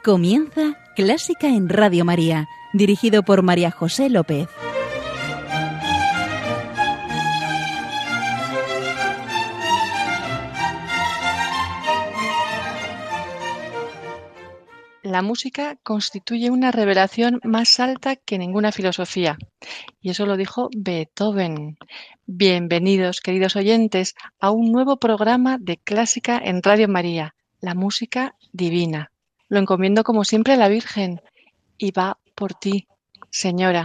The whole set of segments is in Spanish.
Comienza Clásica en Radio María, dirigido por María José López. La música constituye una revelación más alta que ninguna filosofía, y eso lo dijo Beethoven. Bienvenidos, queridos oyentes, a un nuevo programa de Clásica en Radio María, la música divina. Lo encomiendo como siempre a la Virgen, y va por ti, Señora.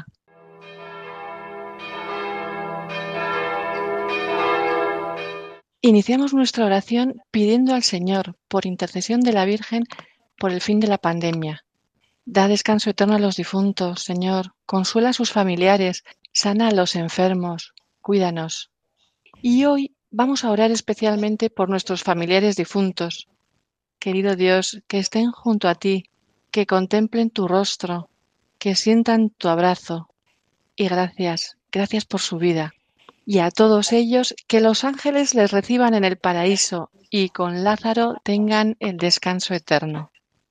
Iniciamos nuestra oración pidiendo al Señor, por intercesión de la Virgen, por el fin de la pandemia. Da descanso eterno a los difuntos, Señor, consuela a sus familiares, sana a los enfermos, cuídanos. Y hoy vamos a orar especialmente por nuestros familiares difuntos. Querido Dios, que estén junto a ti, que contemplen tu rostro, que sientan tu abrazo. Y gracias por su vida. Y a todos ellos, que los ángeles les reciban en el paraíso y con Lázaro tengan el descanso eterno.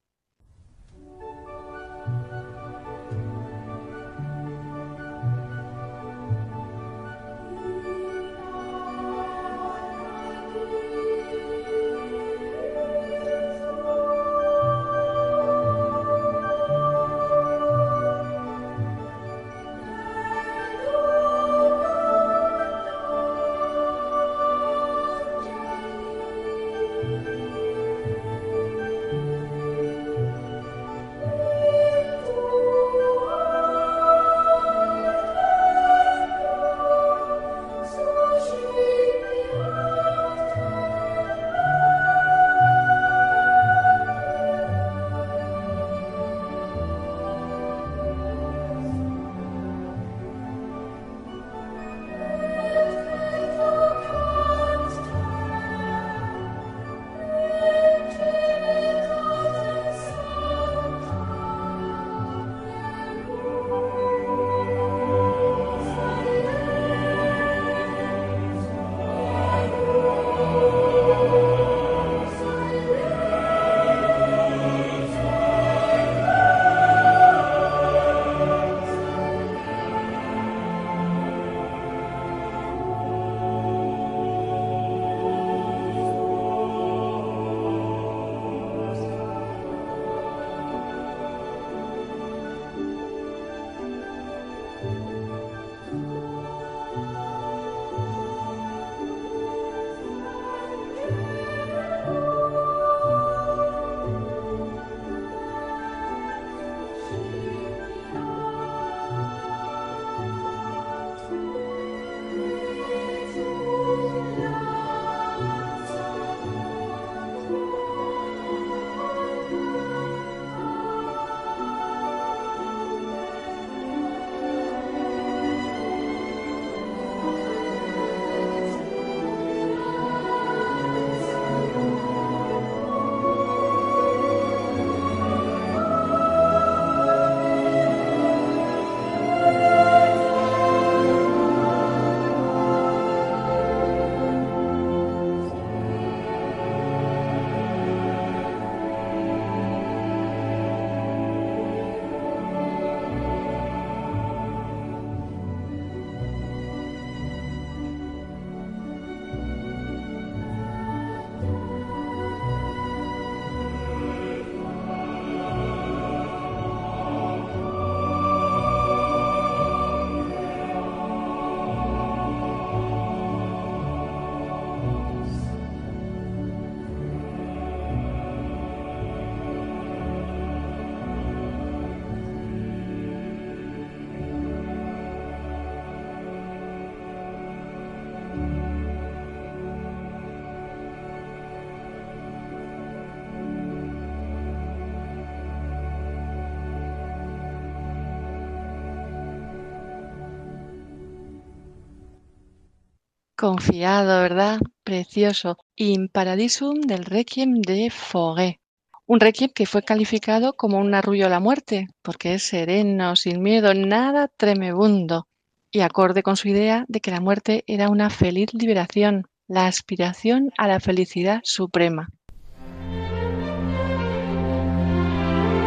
Confiado, ¿verdad? Precioso. In Paradisum del Requiem de Fauré. Un requiem que fue calificado como un arrullo a la muerte, porque es sereno, sin miedo, nada tremebundo, y acorde con su idea de que la muerte era una feliz liberación, la aspiración a la felicidad suprema.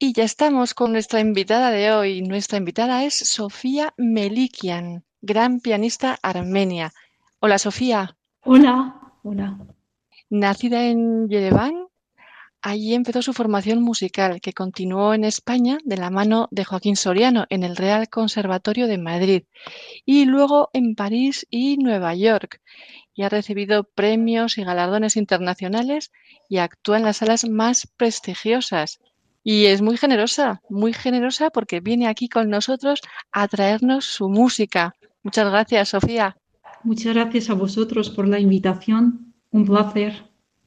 Y ya estamos con nuestra invitada de hoy. Nuestra invitada es Sofía Melikian, gran pianista armenia. Hola, Sofía. Hola, hola. Nacida en Yerevan, allí empezó su formación musical, que continuó en España de la mano de Joaquín Soriano en el Real Conservatorio de Madrid y luego en París y Nueva York. Y ha recibido premios y galardones internacionales y actúa en las salas más prestigiosas. Y es muy generosa porque viene aquí con nosotros a traernos su música. Muchas gracias, Sofía. Muchas gracias a vosotros por la invitación. Un placer.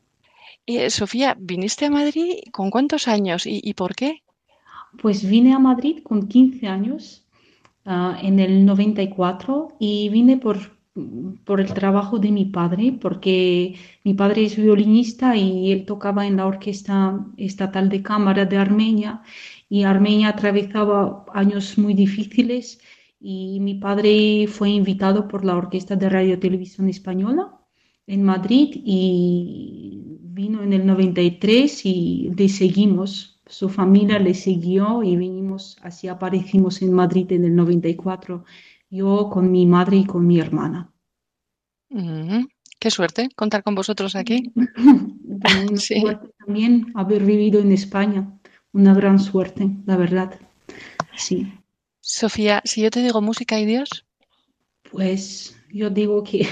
Sofía, ¿viniste a Madrid con cuántos años y por qué? Pues vine a Madrid con 15 años, en el 94 y vine por el trabajo de mi padre, porque mi padre es violinista y él tocaba en la Orquesta Estatal de Cámara de Armenia y Armenia atravesaba años muy difíciles y mi padre fue invitado por la Orquesta de Radio Televisión Española en Madrid y vino en el 93 y le seguimos. Su familia le siguió y vinimos, así aparecimos en Madrid en el 94, yo con mi madre y con mi hermana. Mm, qué suerte contar con vosotros aquí. Bueno, una Sí. suerte también haber vivido en España, una gran suerte, la verdad. Sí, Sofía, si yo te digo música y Dios, pues yo digo que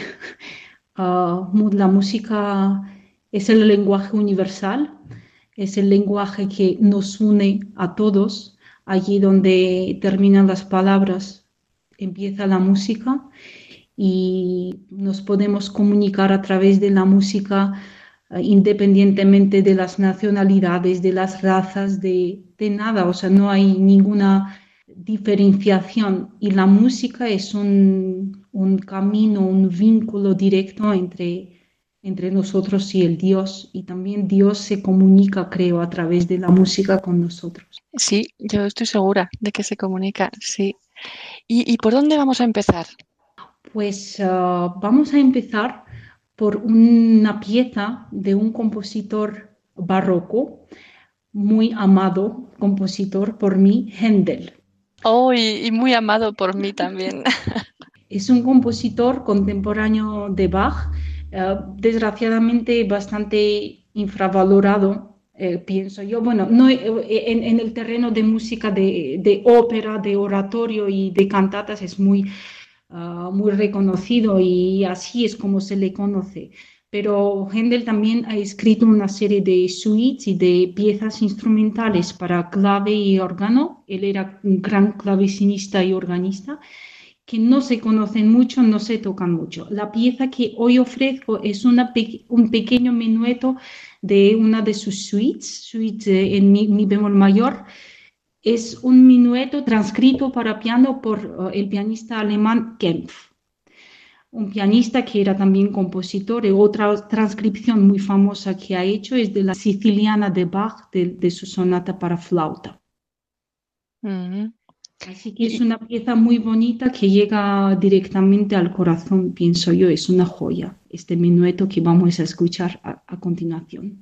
la música es el lenguaje universal, es el lenguaje que nos une a todos. Allí donde terminan las palabras, empieza la música y nos podemos comunicar a través de la música, independientemente de las nacionalidades, de las razas, de nada. O sea, no hay ninguna diferenciación y la música es un camino, un vínculo directo entre nosotros y el Dios, y también Dios se comunica, creo, a través de la música con nosotros. sí, yo estoy segura de que se comunica, sí. ¿Y por dónde vamos a empezar? Pues vamos a empezar por una pieza de un compositor barroco, muy amado compositor por mí, Händel. Oh, y muy amado por mí también. Es un compositor contemporáneo de Bach, desgraciadamente bastante infravalorado, pienso yo. Bueno, no, en el terreno de música de ópera, de oratorio y de cantatas es muy reconocido y así es como se le conoce. Pero Händel también ha escrito una serie de suites y de piezas instrumentales para clave y órgano. Él era un gran clavecinista y organista que no se conocen mucho, no se tocan mucho. La pieza que hoy ofrezco es un pequeño menueto de una de sus suites en mi bemol mayor. Es un minueto transcrito para piano por el pianista alemán Kempf, un pianista que era también compositor. Y otra transcripción muy famosa que ha hecho es de la Siciliana de Bach, de su sonata para flauta. Mm. Así que es una pieza muy bonita que llega directamente al corazón, pienso yo, es una joya, este minueto que vamos a escuchar a continuación.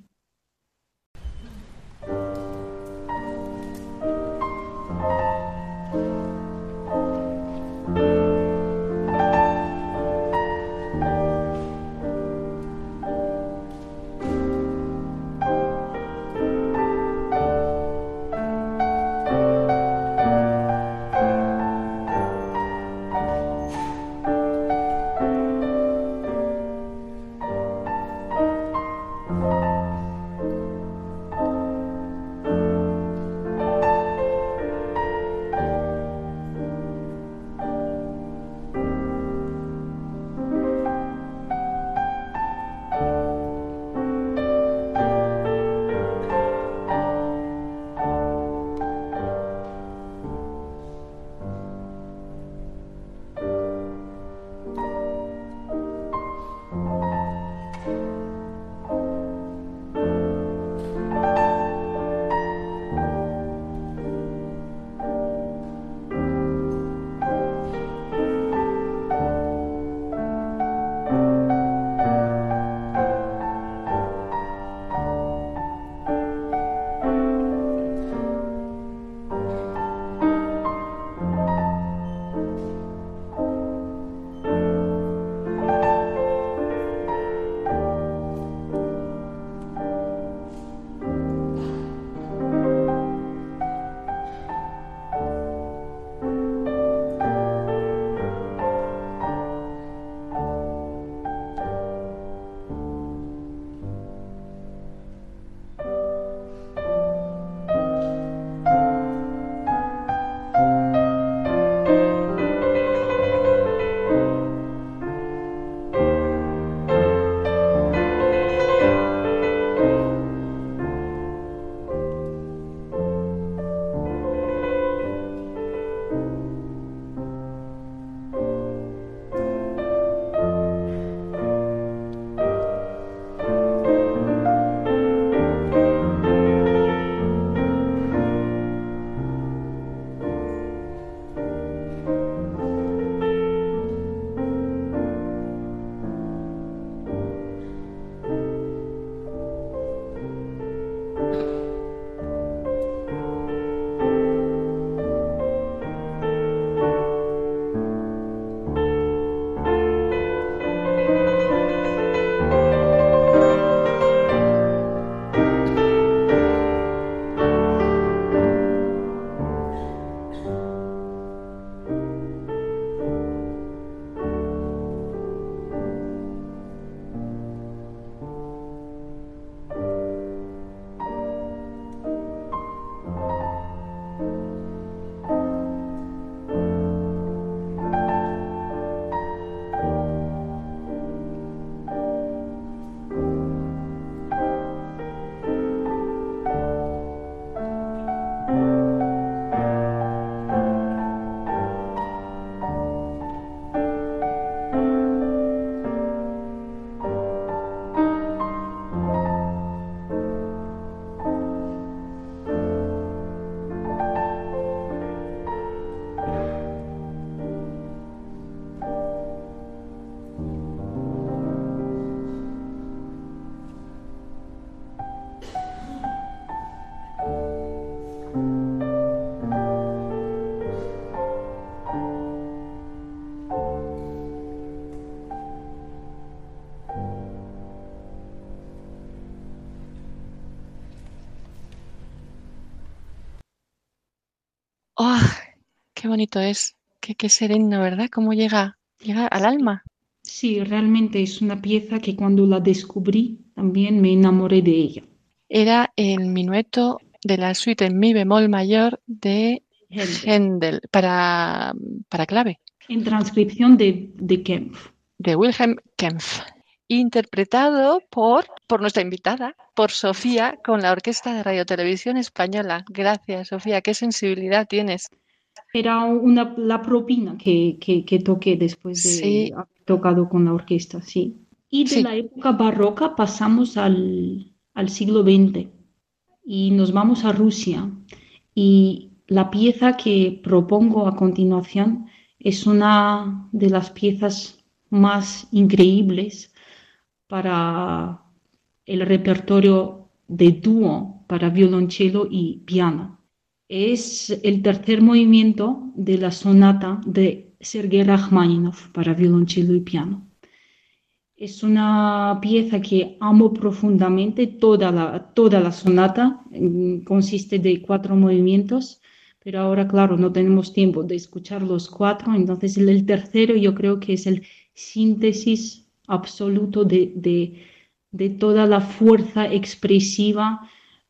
qué bonito es, qué sereno, ¿verdad? Cómo llega al alma. Sí, realmente es una pieza que cuando la descubrí también me enamoré de ella. Era el minueto de la suite en mi bemol mayor de Händel. Händel para clave, En transcripción de Kempf. de Wilhelm Kempff, interpretado por nuestra invitada, por Sofía, con la Orquesta de Radiotelevisión Española. Gracias, Sofía, qué sensibilidad tienes. Era la propina que toqué después de Sí, haber tocado con la orquesta, sí. Y de sí, la época barroca pasamos al siglo XX y nos vamos a Rusia. Y la pieza que propongo a continuación es una de las piezas más increíbles para el repertorio de dúo para violonchelo y piano. Es el tercer movimiento de la sonata de Sergei Rachmaninoff para violonchelo y piano. Es una pieza que amo profundamente, toda la sonata consiste de 4 movimientos, pero ahora, claro, no tenemos tiempo de escuchar los 4, entonces el tercero yo creo que es el síntesis absoluto de toda la fuerza expresiva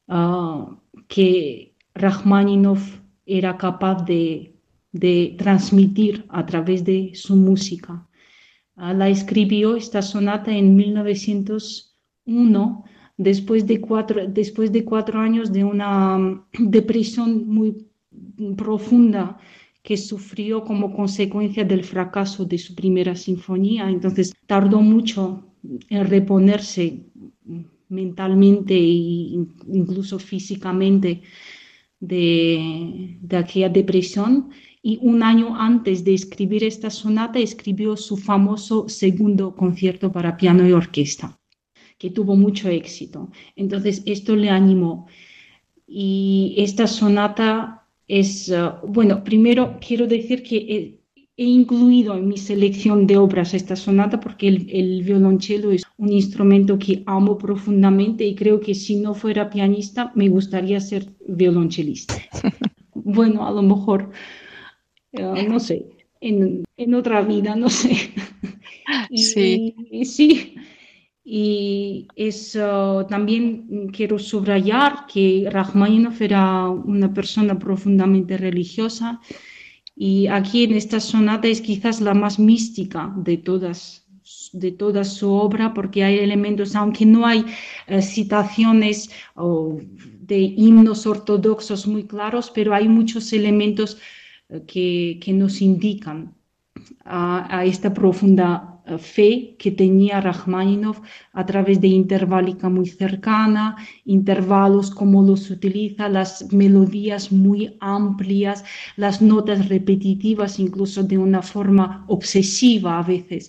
que Rachmaninoff era capaz de transmitir a través de su música. La escribió esta sonata en 1901, después de 4 años de una depresión muy profunda que sufrió como consecuencia del fracaso de su primera sinfonía. Entonces tardó mucho en reponerse mentalmente e incluso físicamente de aquella depresión. Y un año antes de escribir esta sonata escribió su famoso segundo concierto para piano y orquesta, que tuvo mucho éxito. Entonces esto le animó. Y esta sonata es, bueno, primero quiero decir que he incluido en mi selección de obras esta sonata porque el violonchelo es un instrumento que amo profundamente y creo que si no fuera pianista me gustaría ser violonchelista. Bueno, a lo mejor, no sé, en otra vida, no sé. sí. Y sí, y también quiero subrayar que Rachmaninoff era una persona profundamente religiosa y aquí en esta sonata es quizás la más mística de toda su obra, porque hay elementos, aunque no hay citaciones de himnos ortodoxos muy claros, pero hay muchos elementos que nos indican a esta profunda fe que tenía Rachmaninoff a través de interválica muy cercana, intervalos como los utiliza, las melodías muy amplias, las notas repetitivas, incluso de una forma obsesiva a veces,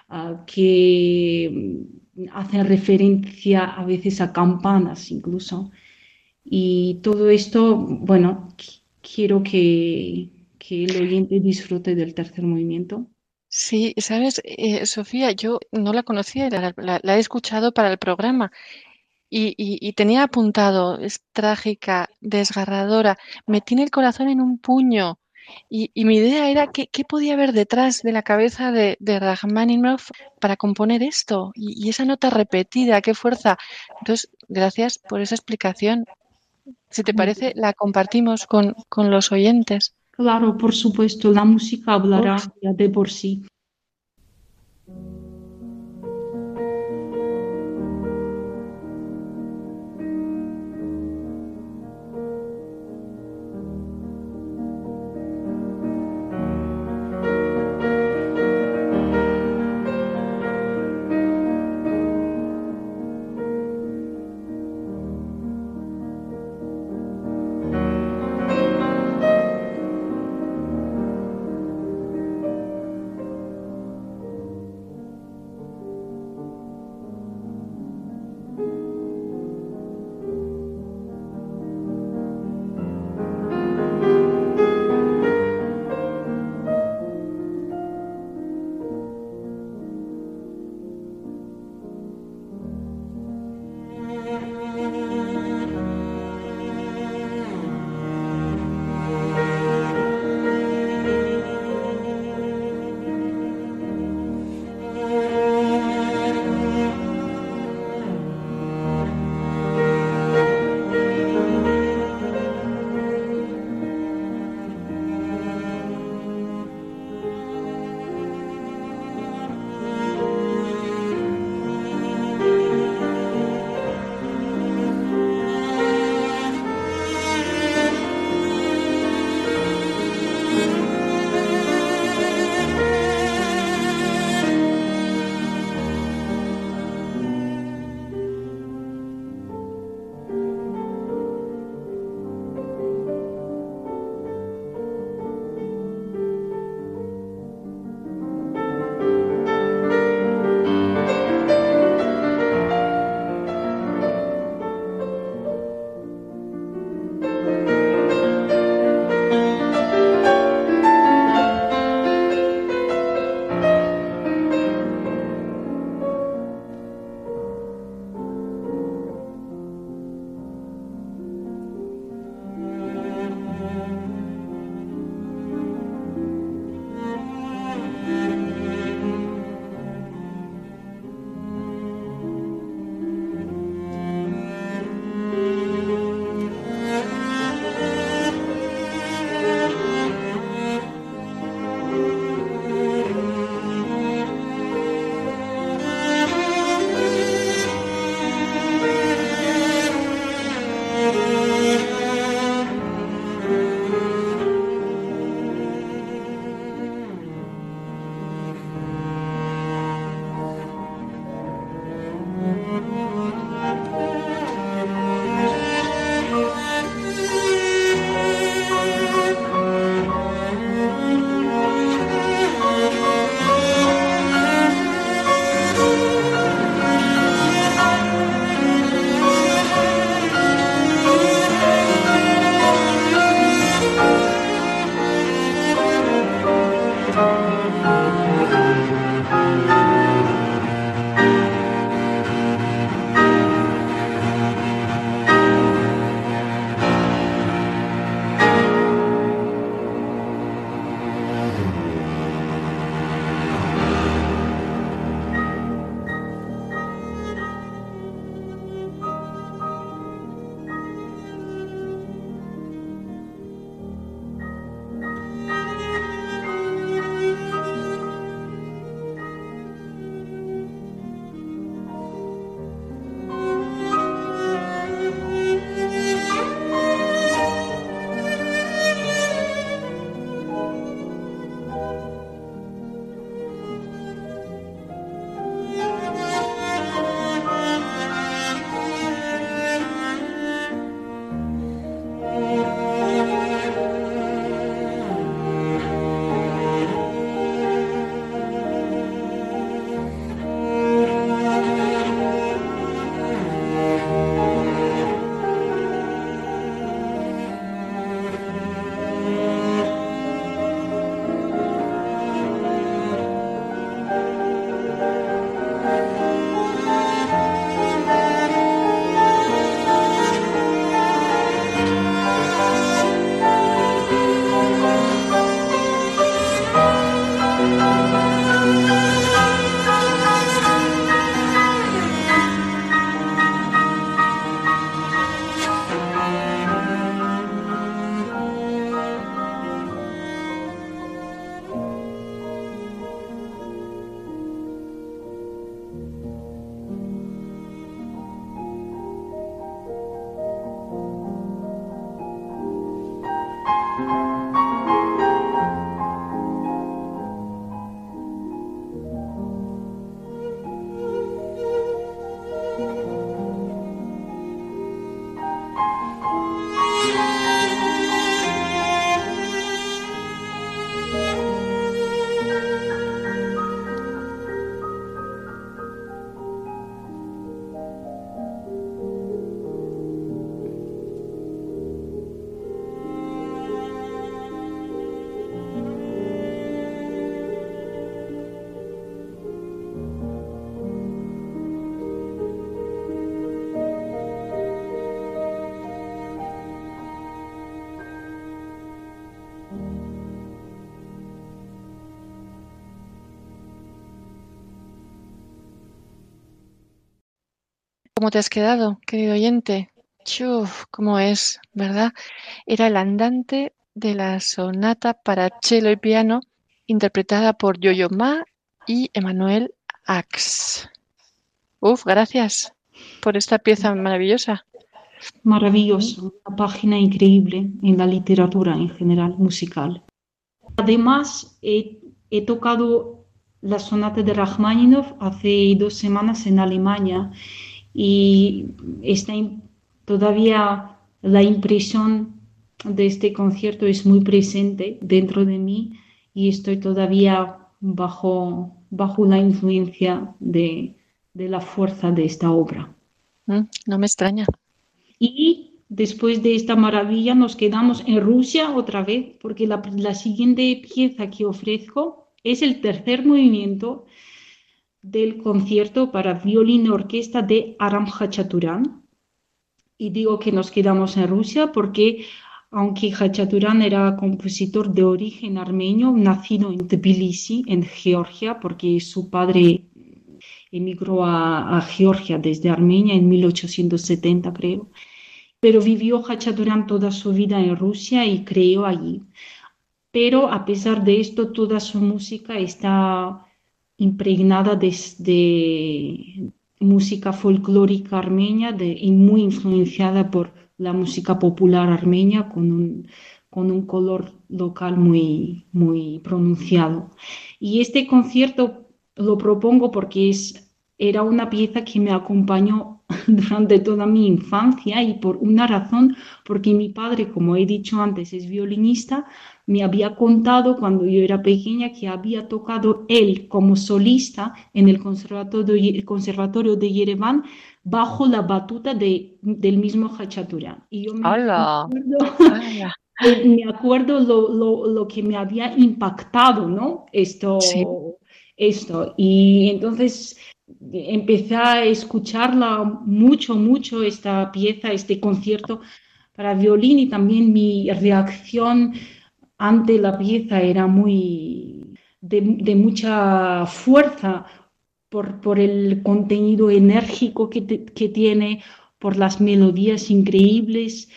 que hacen referencia a veces a campanas incluso. Y todo esto, bueno, quiero que el oyente disfrute del tercer movimiento. Sí, sabes, Sofía, yo no la conocía, la he escuchado para el programa y tenía apuntado, es trágica, desgarradora, me tiene el corazón en un puño y mi idea era qué podía haber detrás de la cabeza de Rachmaninoff para componer esto y esa nota repetida, qué fuerza. Entonces, gracias por esa explicación. Si te Muy parece, bien. la compartimos con los oyentes. Claro, por supuesto, la música hablará Uf. ya de por sí. ¿Cómo te has quedado, querido oyente? Chuf, ¿cómo es, verdad? Era el andante de la sonata para cello y piano, interpretada por Yo-Yo Ma y Emmanuel Ax. Uf, gracias por esta pieza maravillosa. Maravilloso, una página increíble en la literatura en general, musical. Además, he tocado la sonata de Rachmaninoff hace 2 semanas en Alemania y todavía la impresión de este concierto es muy presente dentro de mí y estoy todavía bajo la influencia de la fuerza de esta obra. No me extraña. Y después de esta maravilla nos quedamos en Rusia otra vez, porque la siguiente pieza que ofrezco es el tercer movimiento del concierto para violín y orquesta de Aram Khachaturian. Y digo que nos quedamos en Rusia porque, aunque Khachaturian era compositor de origen armenio, nacido en Tbilisi, en Georgia, porque su padre emigró a Georgia desde Armenia en 1870, creo. Pero vivió Khachaturian toda su vida en Rusia y creó allí. Pero a pesar de esto, toda su música está impregnada de música folclórica armenia y muy influenciada por la música popular armenia con un color local muy, muy pronunciado. Y este concierto lo propongo porque era una pieza que me acompañó durante toda mi infancia y por una razón, porque mi padre, como he dicho antes, es violinista, me había contado cuando yo era pequeña que había tocado él como solista en el conservatorio de Yerevan bajo la batuta del mismo Khachaturian. Y yo ¡Hala! me acuerdo lo que me había impactado, ¿no? Sí. Esto. Y entonces empecé a escucharla mucho, esta pieza, este concierto para violín, y también mi reacción ante la pieza era de mucha fuerza por el contenido enérgico que tiene, por las melodías increíbles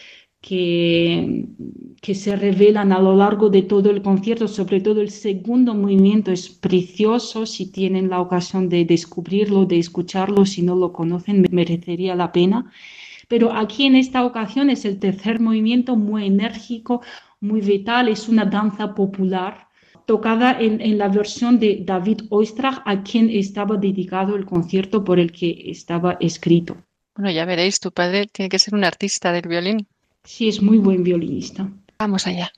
que se revelan a lo largo de todo el concierto. Sobre todo el segundo movimiento es precioso. Si tienen la ocasión de descubrirlo, de escucharlo, si no lo conocen, merecería la pena. Pero aquí en esta ocasión es el tercer movimiento, muy enérgico, muy vital. Es una danza popular tocada en la versión de David Oistrakh, a quien estaba dedicado el concierto por el que estaba escrito. Bueno, ya veréis, tu padre tiene que ser un artista del violín. Sí, es muy buen violinista. Vamos allá.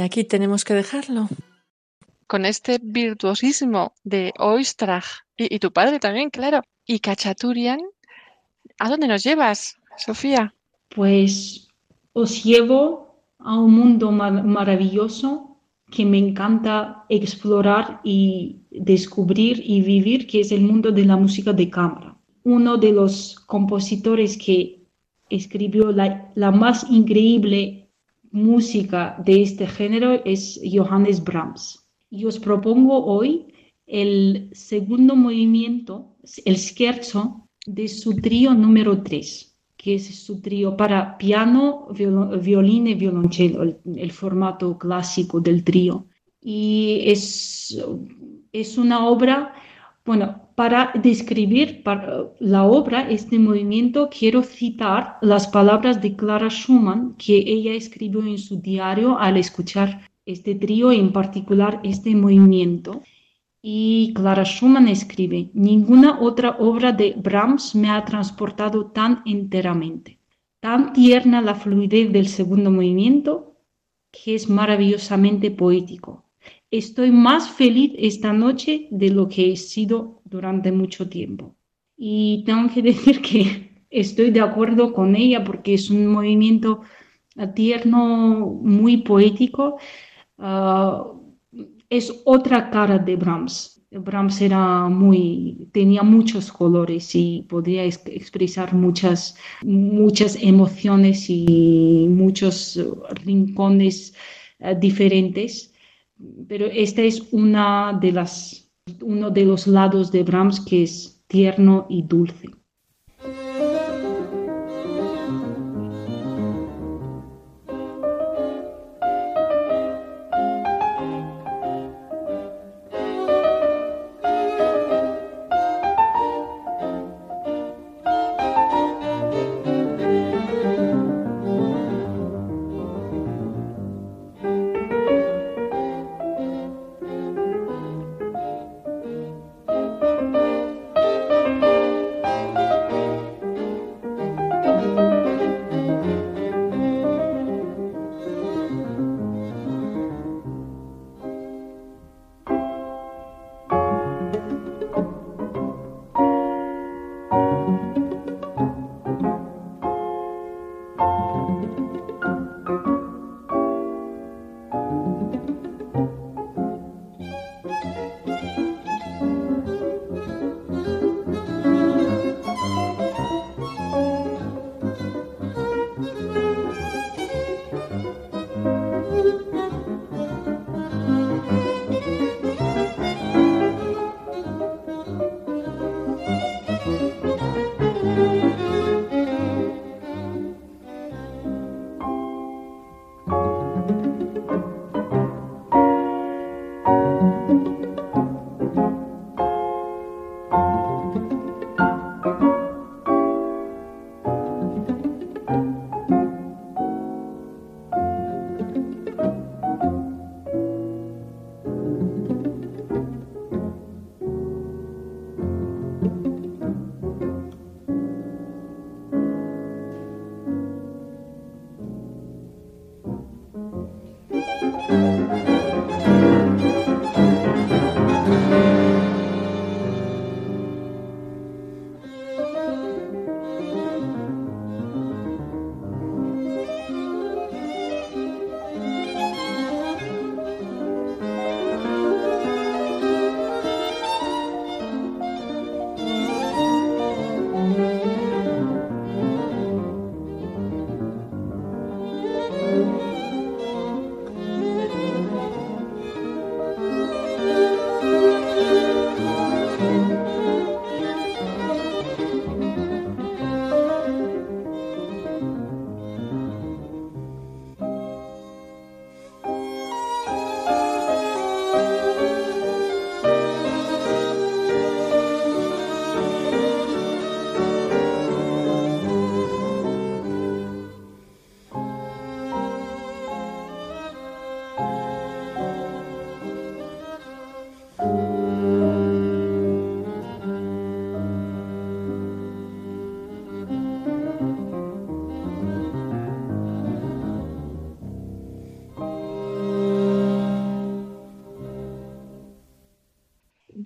aquí tenemos que dejarlo. Con este virtuosismo de Oistrach y tu padre también, claro, y Khachaturian, ¿a dónde nos llevas, Sofía? Pues os llevo a un mundo maravilloso que me encanta explorar y descubrir y vivir, que es el mundo de la música de cámara. Uno de los compositores que escribió la más increíble música de este género es Johannes Brahms. Y os propongo hoy el segundo movimiento, el scherzo de su trío número 3, que es su trío para piano, violín y violonchelo, el formato clásico del trío. Y es una obra, bueno, para describir la obra, este movimiento, quiero citar las palabras de Clara Schumann que ella escribió en su diario al escuchar este trío, en particular este movimiento. Y Clara Schumann escribe: ninguna otra obra de Brahms me ha transportado tan enteramente. Tan tierna la fluidez del segundo movimiento, que es maravillosamente poético. Estoy más feliz esta noche de lo que he sido durante mucho tiempo. Y tengo que decir que estoy de acuerdo con ella porque es un movimiento tierno, muy poético. Es otra cara de Brahms. Brahms tenía muchos colores y podía expresar muchas emociones y muchos rincones diferentes. Pero este es uno de los lados de Brahms que es tierno y dulce.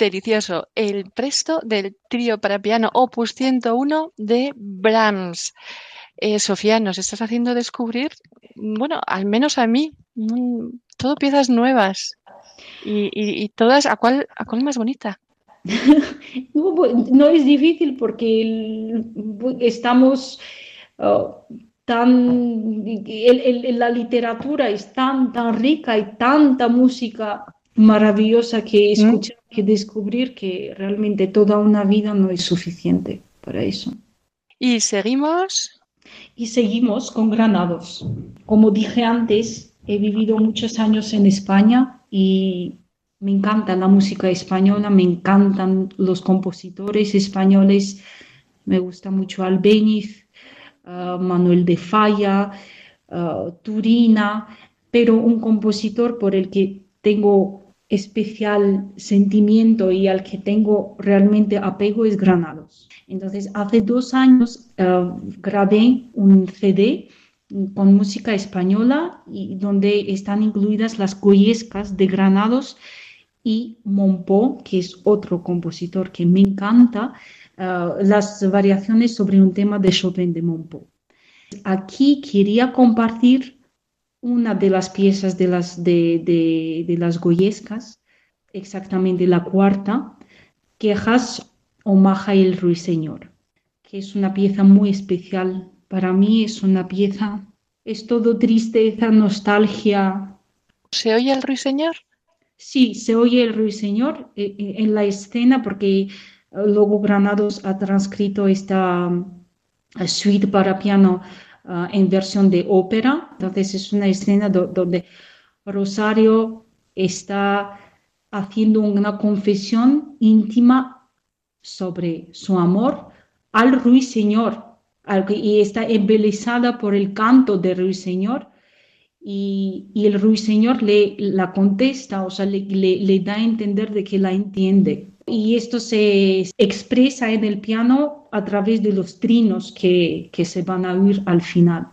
delicioso, el Presto del trío para piano Opus 101 de Brahms. Sofía, nos estás haciendo descubrir, bueno, al menos a mí, todo piezas nuevas y todas, ¿a cuál más bonita? No, no es difícil porque estamos ah, la literatura es tan rica y tanta música maravillosa que ¿Mm? escuchar, que descubrir que realmente toda una vida no es suficiente para eso. Y seguimos. Y seguimos con Granados. Como dije antes, he vivido muchos años en España y me encanta la música española, me encantan los compositores españoles, me gusta mucho Albéniz, Manuel de Falla, Turina, pero un compositor por el que tengo especial sentimiento y al que tengo realmente apego es Granados. Entonces, hace 2 años grabé un CD con música española y donde están incluidas las Goyescas de Granados y Monpó, que es otro compositor que me encanta, las variaciones sobre un tema de Chopin de Monpó. Aquí quería compartir una de las piezas de las Goyescas, exactamente la cuarta, Quejas o Maja y el Ruiseñor, que es una pieza muy especial. Para mí es una pieza, es todo tristeza, nostalgia. ¿Se oye el ruiseñor? Sí, se oye el Ruiseñor en la escena porque luego Granados ha transcrito esta suite para piano en versión de ópera. Entonces es una escena donde Rosario está haciendo una confesión íntima sobre su amor al Ruiseñor y está embelesada por el canto del Ruiseñor y el ruiseñor la contesta, o sea, le da a entender de que la entiende. Y esto se expresa en el piano a través de los trinos que se van a oír al final.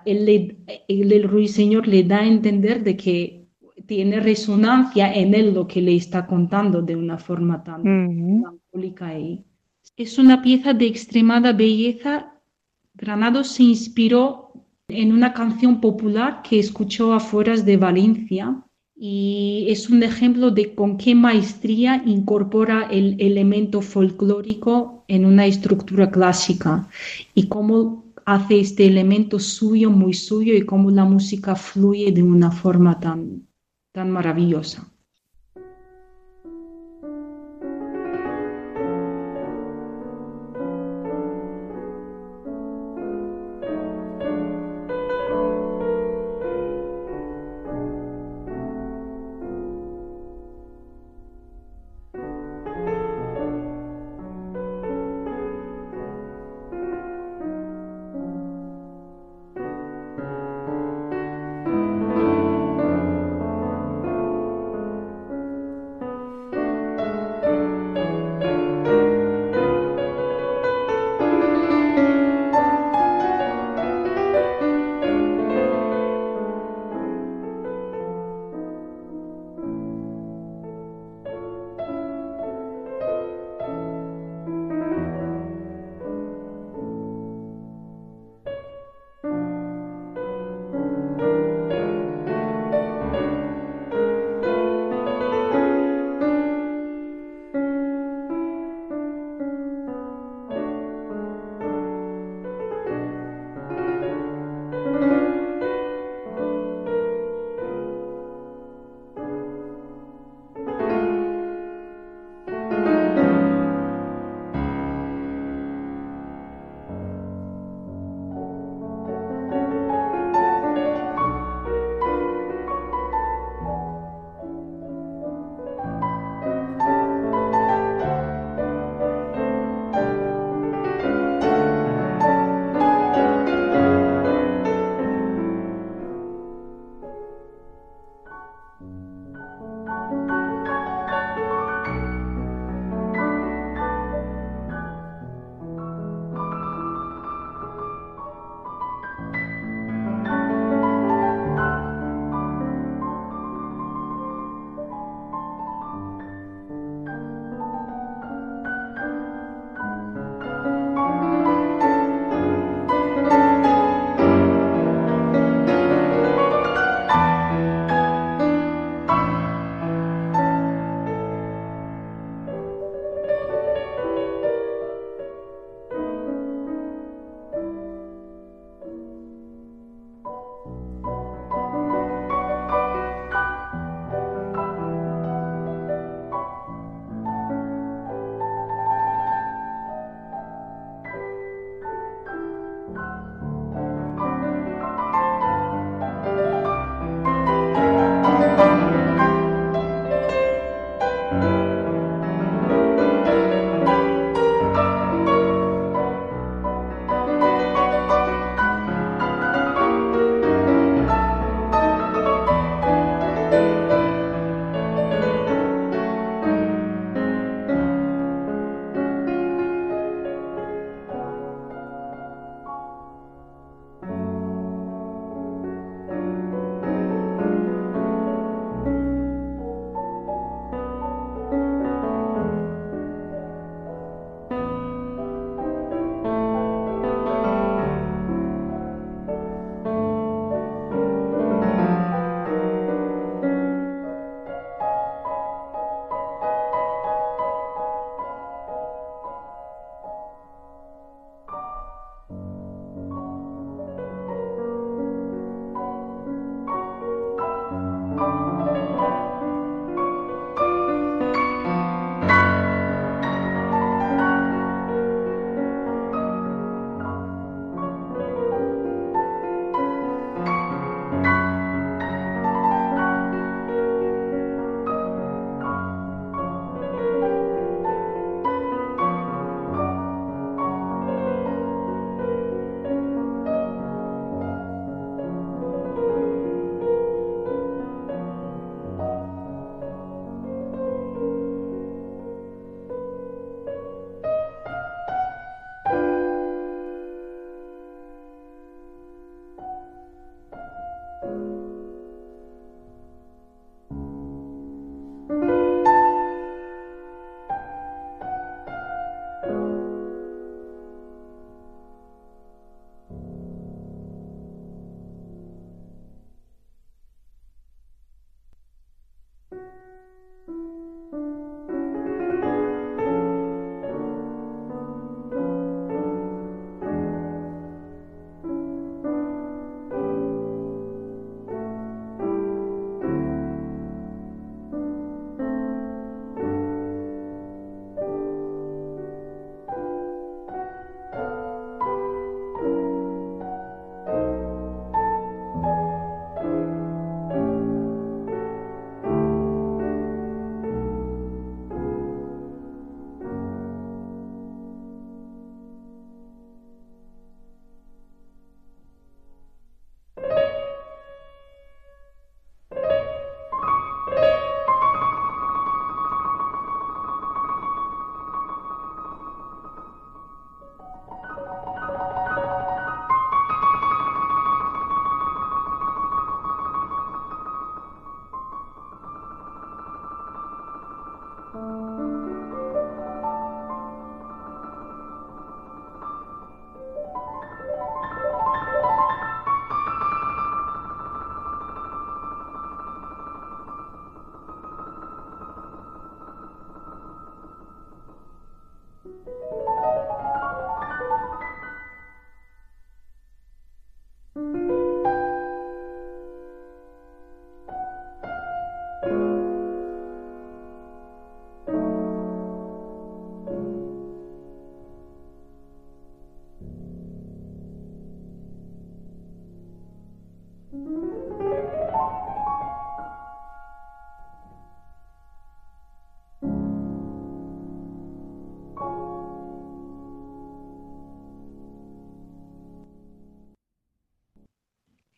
El ruiseñor le da a entender de que tiene resonancia en él lo que le está contando de una forma tan Ujú. melancólica. Es una pieza de extremada belleza. Granados se inspiró en una canción popular que escuchó afuera de Valencia y es un ejemplo de con qué maestría incorpora el elemento folclórico en una estructura clásica y cómo hace este elemento suyo, muy suyo, y cómo la música fluye de una forma tan maravillosa.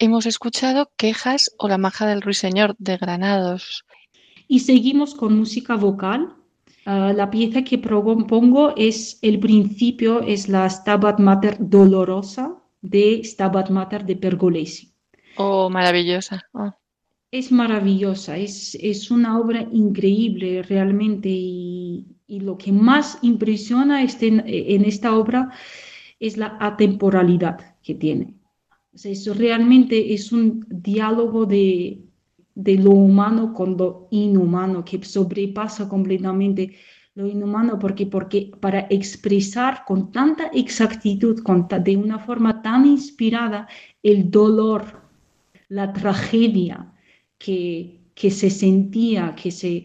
hemos escuchado Quejas o La maja del ruiseñor de Granados. Y seguimos con música vocal. La pieza que propongo es el principio, es la Stabat Mater Dolorosa de Stabat Mater de Pergolesi. Oh, maravillosa. Oh. Es maravillosa, es una obra increíble realmente y lo que más impresiona en esta obra es la atemporalidad que tiene. O sea, eso realmente es un diálogo de lo humano con lo inhumano que sobrepasa completamente lo inhumano porque para expresar con tanta exactitud, de una forma tan inspirada, el dolor, la tragedia que se sentía,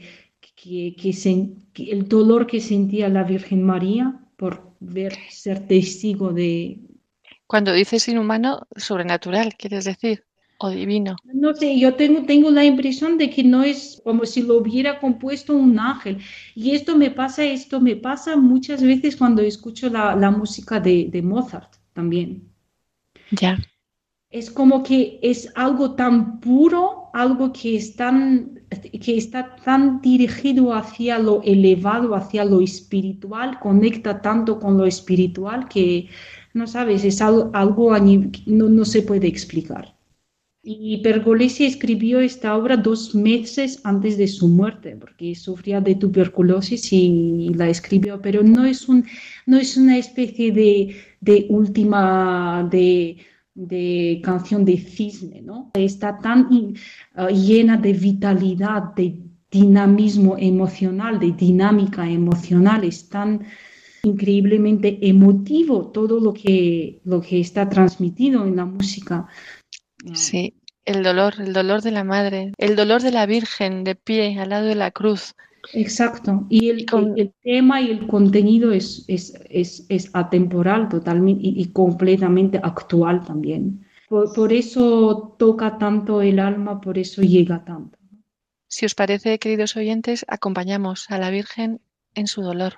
el dolor que sentía la Virgen María por ser testigo de... Cuando dices inhumano, sobrenatural, quieres decir, o divino. No sé, yo tengo la impresión de que no es como si lo hubiera compuesto un ángel. Y esto me pasa muchas veces cuando escucho la música de Mozart también. Ya. Es como que es algo tan puro, algo que está tan dirigido hacia lo elevado, hacia lo espiritual, conecta tanto con lo espiritual que, no sabes, es algo que no se puede explicar. Y Pergolesi escribió esta obra 2 meses antes de su muerte, porque sufría de tuberculosis y la escribió, pero no es una especie de última, de canción de cisne, ¿no? Está tan llena de vitalidad, de dinamismo emocional, de dinámica emocional, es tan increíblemente emotivo todo lo que está transmitido en la música. Sí, el dolor de la madre, el dolor de la Virgen de pie al lado de la cruz. Exacto. Y Y con, el tema y el contenido es atemporal totalmente y completamente actual también. Por eso toca tanto el alma, por eso llega tanto. si os parece, queridos oyentes, acompañamos a la Virgen en su dolor.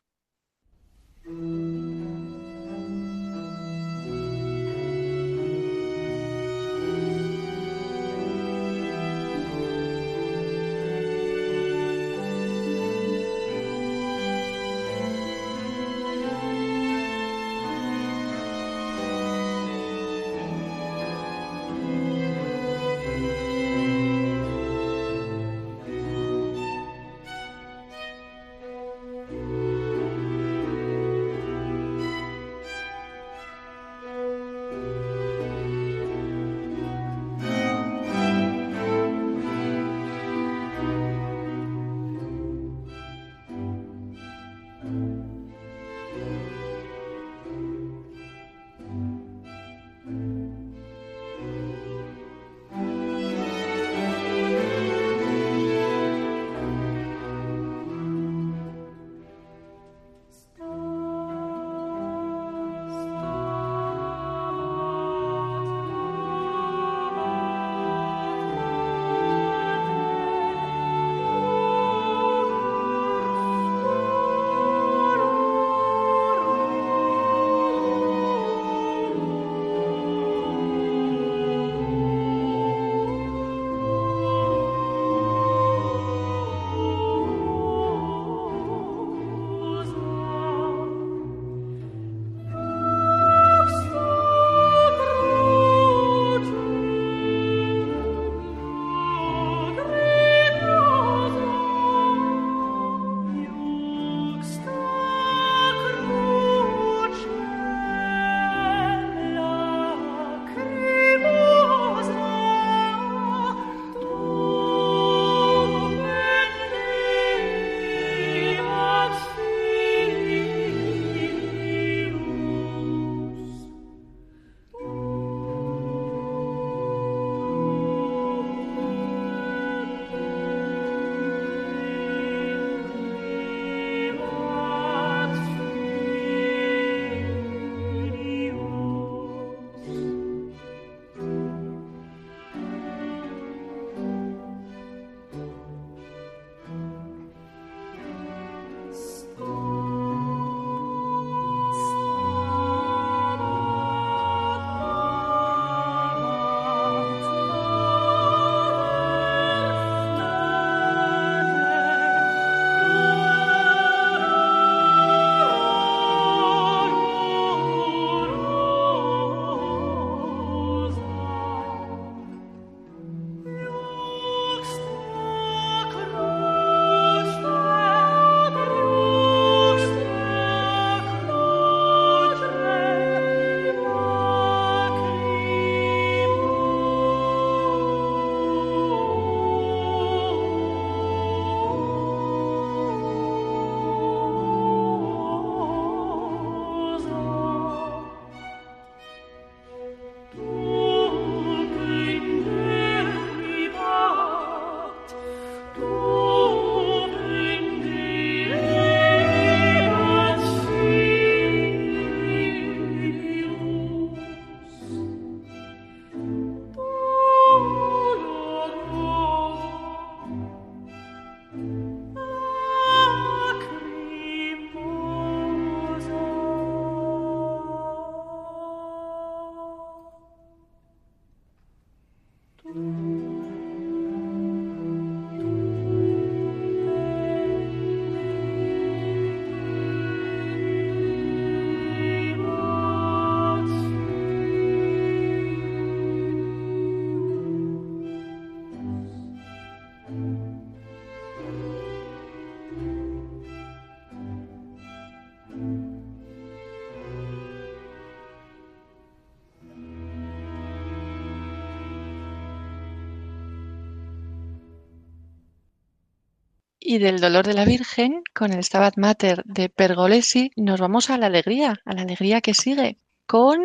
y del dolor de la Virgen, con el Stabat Mater de Pergolesi, nos vamos a la alegría que sigue, con...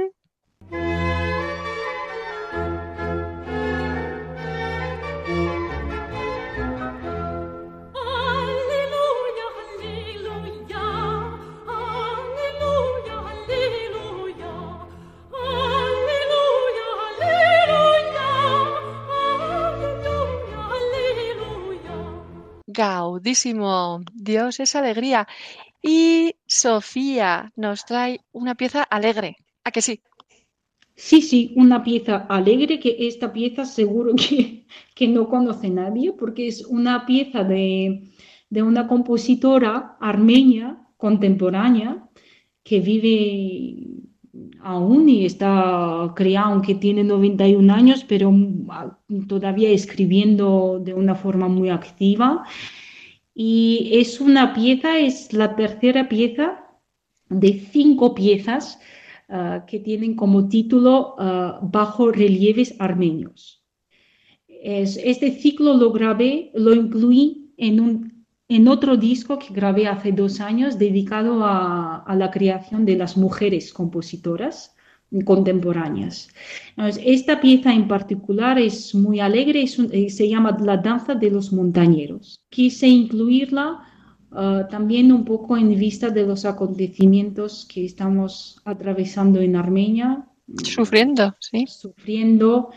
Gaudísimo, Dios es alegría. Y Sofía nos trae una pieza alegre. ¿A que sí? Sí, una pieza alegre, que esta pieza seguro que no conoce nadie, porque es una pieza de una compositora armenia contemporánea que vive aún y está creada, aunque tiene 91 años, pero todavía escribiendo de una forma muy activa. Y es una pieza, es la tercera pieza de 5 piezas que tienen como título Bajo relieves armenios. Este ciclo lo incluí en otro disco que grabé hace 2 años dedicado a la creación de las mujeres compositoras contemporáneas. Entonces, esta pieza en particular es muy alegre, se llama La danza de los montañeros. Quise incluirla también un poco en vista de los acontecimientos que estamos atravesando en Armenia. Sufriendo, sí. Sufriendo,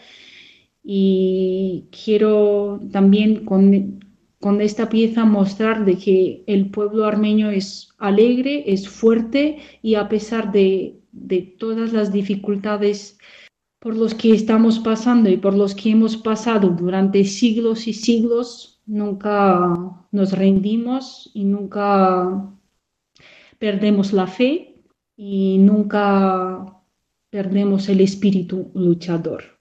y quiero también con esta pieza mostrar de que el pueblo armenio es alegre, es fuerte, y a pesar de todas las dificultades por los que estamos pasando y por los que hemos pasado durante siglos y siglos, nunca nos rendimos y nunca perdemos la fe y nunca perdemos el espíritu luchador.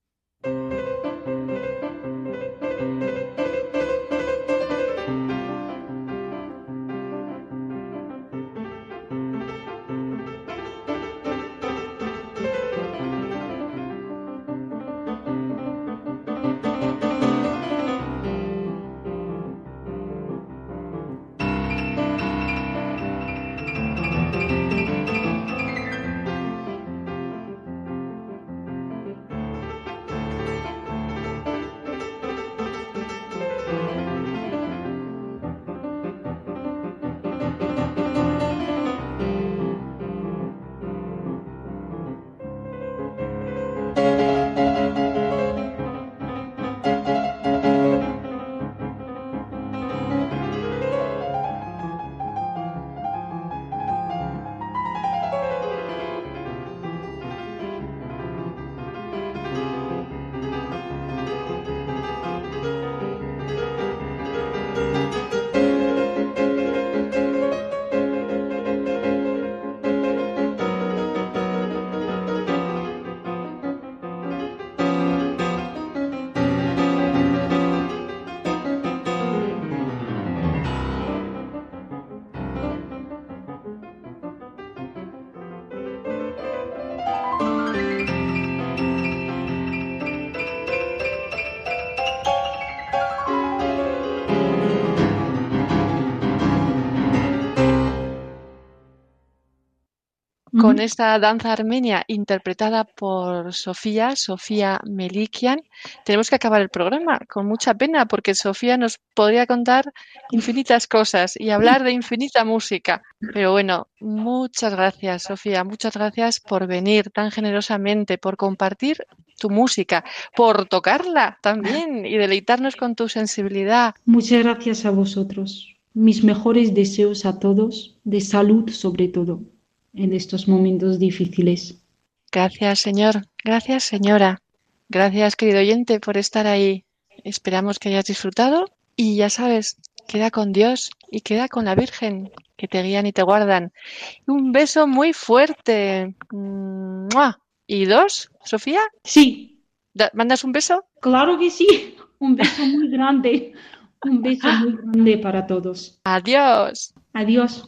Con esta danza armenia interpretada por Sofía Melikian, tenemos que acabar el programa con mucha pena, porque Sofía nos podría contar infinitas cosas y hablar de infinita música. Pero bueno, muchas gracias, Sofía, muchas gracias por venir tan generosamente, por compartir tu música, por tocarla también y deleitarnos con tu sensibilidad. Muchas gracias a vosotros. Mis mejores deseos a todos, de salud sobre todo, en estos momentos difíciles. Gracias, señor. Gracias, señora. Gracias, querido oyente, por estar ahí. Esperamos que hayas disfrutado y ya sabes, queda con Dios y queda con la Virgen, que te guían y te guardan. Un beso muy fuerte. ¡Mua! ¿Y 2, Sofía? Sí. ¿Mandas un beso? Claro que sí. Un beso muy grande. Un beso muy grande para todos. Adiós. Adiós.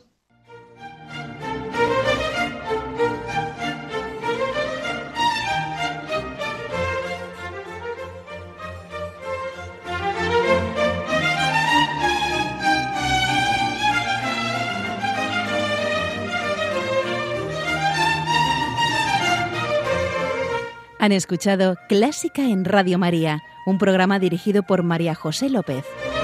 Han escuchado Clásica en Radio María, un programa dirigido por María José López.